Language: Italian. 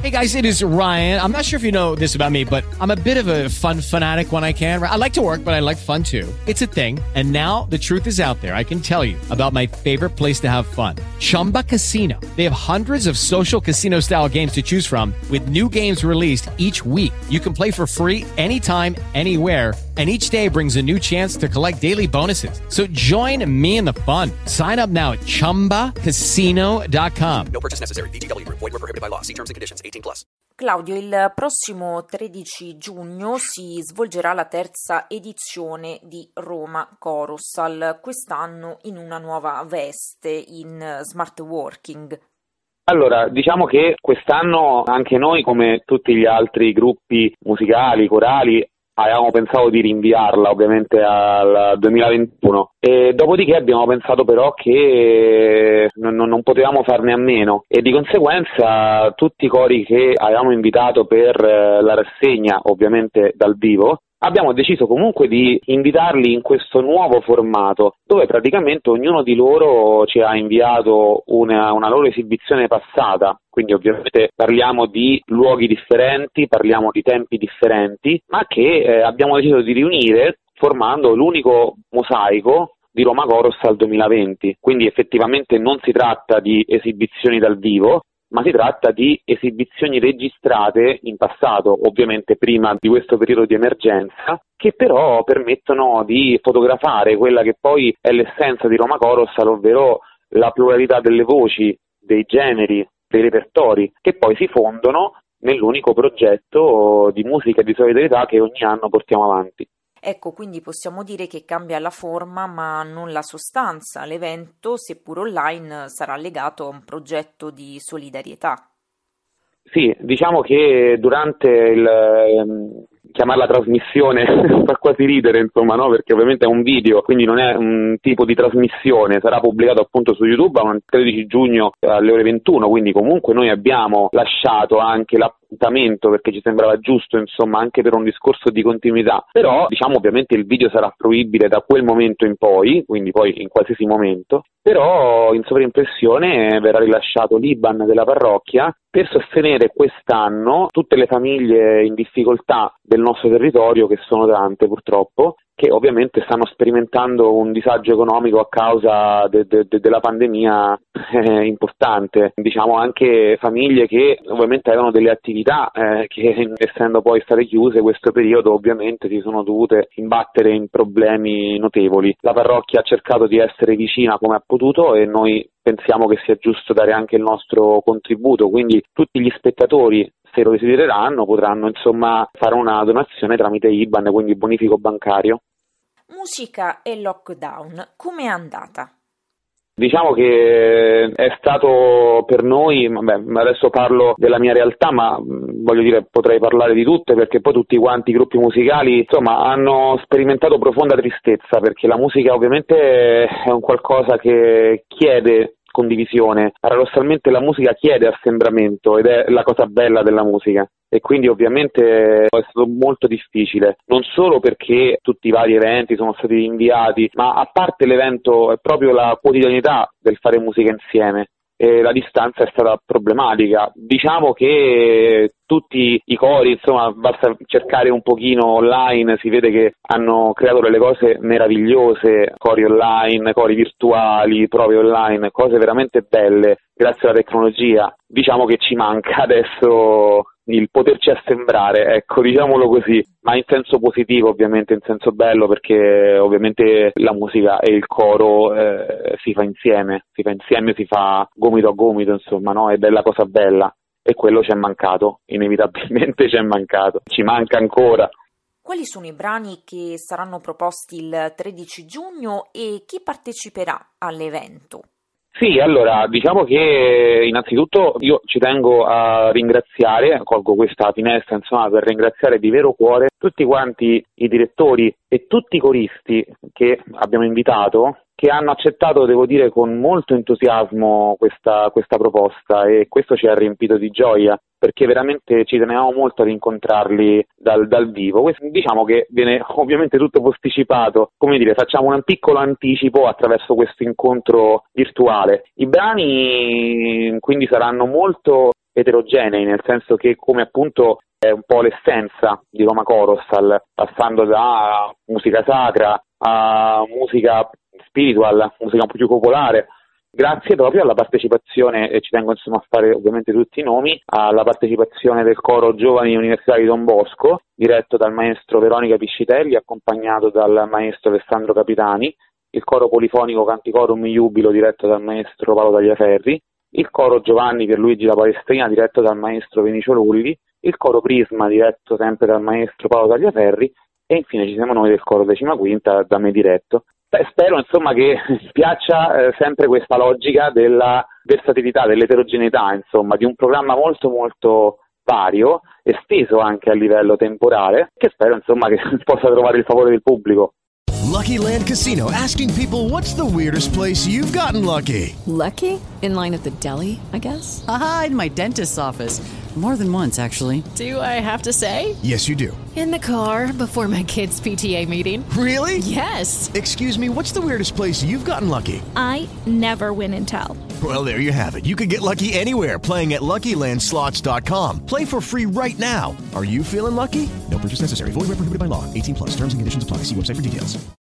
Hey guys, it is Ryan. I'm not sure if you know this about me, but I'm a bit of a fun fanatic when I can. I like to work, but I like fun too. It's a thing. And now the truth is out there. I can tell you about my favorite place to have fun. Chumba Casino. They have hundreds of social casino style games to choose from with new games released each week. You can play for free anytime, anywhere. And each day brings a new chance to collect daily bonuses. So join me in the fun. Sign up now at ChumbaCasino.com. No purchase necessary. VGW Group. Void where prohibited by law. See terms and conditions. 18+. Claudio, il prossimo 13 giugno si svolgerà la terza edizione di Roma Chorusal, quest'anno in una nuova veste, in smart working. Allora, diciamo che quest'anno anche noi, come tutti gli altri gruppi musicali, corali, avevamo pensato di rinviarla ovviamente al 2021 e dopodiché abbiamo pensato però che non potevamo farne a meno e di conseguenza tutti i cori che avevamo invitato per la rassegna, ovviamente dal vivo, abbiamo deciso comunque di invitarli in questo nuovo formato dove praticamente ognuno di loro ci ha inviato una loro esibizione passata, quindi ovviamente parliamo di luoghi differenti, parliamo di tempi differenti, ma che abbiamo deciso di riunire formando l'unico mosaico di Roma Chorusal 2020, quindi effettivamente non si tratta di esibizioni dal vivo, ma si tratta di esibizioni registrate in passato, ovviamente prima di questo periodo di emergenza, che però permettono di fotografare quella che poi è l'essenza di Roma Chorusal, ovvero la pluralità delle voci, dei generi, dei repertori, che poi si fondono nell'unico progetto di musica e di solidarietà che ogni anno portiamo avanti. Ecco, quindi possiamo dire che cambia la forma ma non la sostanza. L'evento, seppur online, sarà legato a un progetto di solidarietà. Sì, diciamo che durante chiamarla trasmissione fa quasi ridere, insomma, no? Perché ovviamente è un video, quindi non è un tipo di trasmissione, sarà pubblicato appunto su YouTube il 13 giugno alle ore 21, quindi comunque noi abbiamo lasciato anche l'appuntamento perché ci sembrava giusto, insomma, anche per un discorso di continuità, però diciamo ovviamente il video sarà fruibile da quel momento in poi, quindi poi in qualsiasi momento, però in sovraimpressione verrà rilasciato l'IBAN della parrocchia per sostenere quest'anno tutte le famiglie in difficoltà del nostro territorio, che sono tante purtroppo, che ovviamente stanno sperimentando un disagio economico a causa della pandemia importante. Diciamo anche famiglie che ovviamente avevano delle attività che essendo poi state chiuse questo periodo ovviamente si sono dovute imbattere in problemi notevoli. La parrocchia ha cercato di essere vicina come ha potuto e noi pensiamo che sia giusto dare anche il nostro contributo, quindi tutti gli spettatori, se lo desidereranno, potranno insomma fare una donazione tramite IBAN, quindi bonifico bancario. Musica e lockdown, com'è andata? Diciamo che è stato per noi, adesso parlo della mia realtà, ma voglio dire potrei parlare di tutte perché poi tutti quanti i gruppi musicali insomma hanno sperimentato profonda tristezza perché la musica ovviamente è un qualcosa che chiede condivisione, paradossalmente la musica chiede assembramento ed è la cosa bella della musica. E quindi ovviamente è stato molto difficile, non solo perché tutti i vari eventi sono stati rinviati, ma a parte l'evento è proprio la quotidianità del fare musica insieme e la distanza è stata problematica. Diciamo che tutti i cori, insomma, basta cercare un pochino online, si vede che hanno creato delle cose meravigliose, cori online, cori virtuali, prove online, cose veramente belle grazie alla tecnologia. Diciamo che ci manca adesso il poterci assembrare, ecco, diciamolo così, ma in senso positivo ovviamente, in senso bello, perché ovviamente la musica e il coro si fa insieme, si fa gomito a gomito, insomma, no? Ed è la cosa bella e quello ci è mancato, inevitabilmente ci è mancato, ci manca ancora. Quali sono i brani che saranno proposti il 13 giugno e chi parteciperà all'evento? Sì, allora, diciamo che innanzitutto io ci tengo a ringraziare, colgo questa finestra insomma per ringraziare di vero cuore tutti quanti i direttori e tutti i coristi che abbiamo invitato, che hanno accettato, devo dire, con molto entusiasmo questa proposta e questo ci ha riempito di gioia perché veramente ci tenevamo molto ad incontrarli dal vivo. Diciamo che viene ovviamente tutto posticipato, come dire, facciamo un piccolo anticipo attraverso questo incontro virtuale. I brani quindi saranno molto eterogenei, nel senso che come appunto è un po' l'essenza di Roma Chorusal, passando da musica sacra a musica spiritual, musica un po' più popolare, grazie proprio alla partecipazione, e ci tengo insomma a fare ovviamente tutti i nomi, alla partecipazione del coro Giovani Universitari di Don Bosco, diretto dal maestro Veronica Piscitelli, accompagnato dal maestro Alessandro Capitani, il coro polifonico Canticorum Iubilo, diretto dal maestro Paolo Tagliaferri, il coro Giovanni Pierluigi La Palestrina, diretto dal maestro Vinicio Lulli, il coro Prisma, diretto sempre dal maestro Paolo Tagliaferri, e infine ci siamo noi del coro Decima Quinta, da me diretto. Spero insomma che piaccia sempre questa logica della versatilità, dell'eterogeneità, insomma, di un programma molto molto vario, esteso anche a livello temporale, che spero insomma che possa trovare il favore del pubblico. Lucky Land Casino, asking people, what's the weirdest place you've gotten lucky? Lucky? In line at the deli, I guess? Aha, in my dentist's office. More than once, actually. Do I have to say? Yes, you do. In the car before my kids' PTA meeting. Really? Yes. Excuse me, what's the weirdest place you've gotten lucky? I never win and tell. Well, there you have it. You can get lucky anywhere, playing at LuckyLandSlots.com. Play for free right now. Are you feeling lucky? No purchase necessary. Void where prohibited by law. 18+. Terms and conditions apply. See website for details.